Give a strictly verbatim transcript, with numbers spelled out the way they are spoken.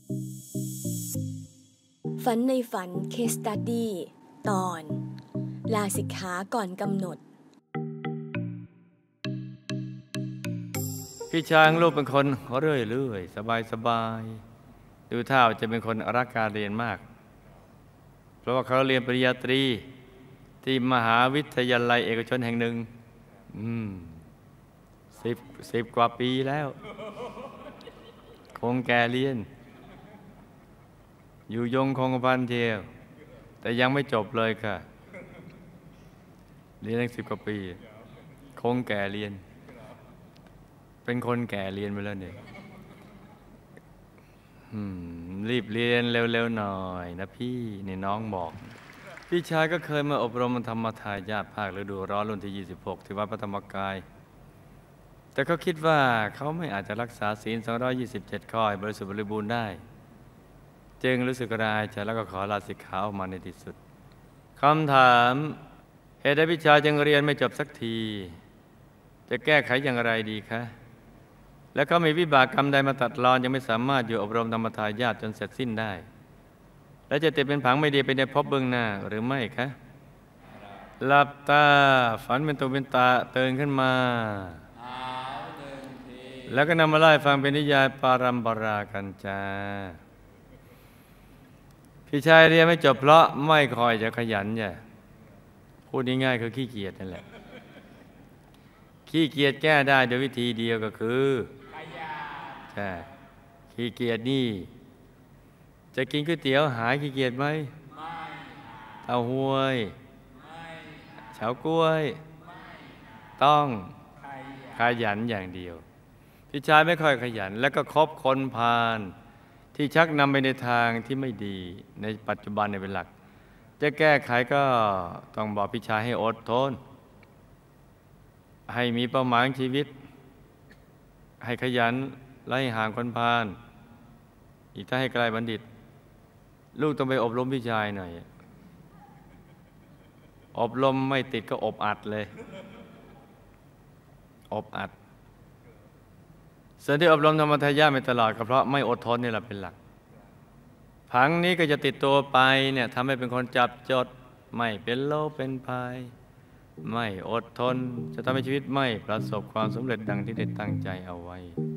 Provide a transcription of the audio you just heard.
ฝันในฝันเคสสตัดดี้ตอนลาสิกขาก่อนกำหนดพี่ช้างลูกเป็นคนเรื่อยเรื่อยสบายสบายดูท่าจะเป็นคนรักการเรียนมากเพราะว่าเขาเรียนปริญญาตรีที่มหาวิทยาลัยเอกชนแห่งหนึ่งอืมสิบสิบกว่าปีแล้วคงแก่เรียนอยู่ยงคงกระพันเทียวแต่ยังไม่จบเลยค่ะเรียนตั้งสิบกว่าปีคงแก่เรียนเป็นคนแก่เรียนไปแล้วเนี่ยรีบเรียนเร็วๆหน่อยนะพี่นี่น้องบอกพี่ชายก็เคยมาอบรมธรรมทายาทภาคฤดูร้อนรุ่นที่ยี่สิบหกที่วัดพระธรรมกายแต่เขาคิดว่าเขาไม่อาจจะรักษาศีลสองร้อยยี่สิบเจ็ดข้อให้บริสุทธิ์บริบูรณ์ได้จึงรู้สึกรายใจแล้วก็ขอลาสิกขาออกมาในที่สุดคำถามเหตุใดพี่ชายจึงเรียนไม่จบสักทีจะแก้ไขอย่างไรดีคะแล้วเขามีวิบากกรรมใดมาตัดรอนยังไม่สามารถอยู่อบรมธรรมทายาทจนเสร็จสิ้นได้และจะติดเป็นผังไม่ดีไปในภพเบื้องหน้าหรือไม่คะหลับตาฝันเป็นตัวเป็นตาตื่นขึ้นมาแล้วก็นำมาไล่ฟังเป็นนิยายปารัมปรากันจ้าพี่ชายเรียนไม่จบเพราะไม่คอยจะขยันจ้ะพูดง่ายๆคือขี้เกียจนั่นแหละขี้เกียจแก้ได้โดยวิธีเดียวก็คือใช่ขี้เกียจนี่จะกินก๋วยเตี๋ยวหายขี้เกียจไหมเต้าหวยเฉาก๊วยต้องขยันอย่างเดียวพี่ชายไม่ค่อยขยันแล้วก็คบคนพาลที่ชักนำไปในทางที่ไม่ดีในปัจจุบันในเป็นหลักจะแก้ไขก็ต้องบอกพี่ชายให้อดทนให้มีเป้าหมายชีวิตให้ขยันไล่ห่างคนพาลอีกถ้าให้ไกลบัณฑิตลูกต้องไปอบรมพี่ชายหน่อยอบรมไม่ติดก็อบอัดเลยอบอัดส่วนที่อบรมธรรมทายาทไม่ตลอดก็เพราะไม่อดทนนี่แหละเป็นหลักผังนี้ก็จะติดตัวไปเนี่ยทำให้เป็นคนจับจดไม่เป็นโลเป็นภัยไม่อดทนจะทำให้ชีวิตไม่ประสบความสำเร็จดังที่ได้ตั้งใจเอาไว้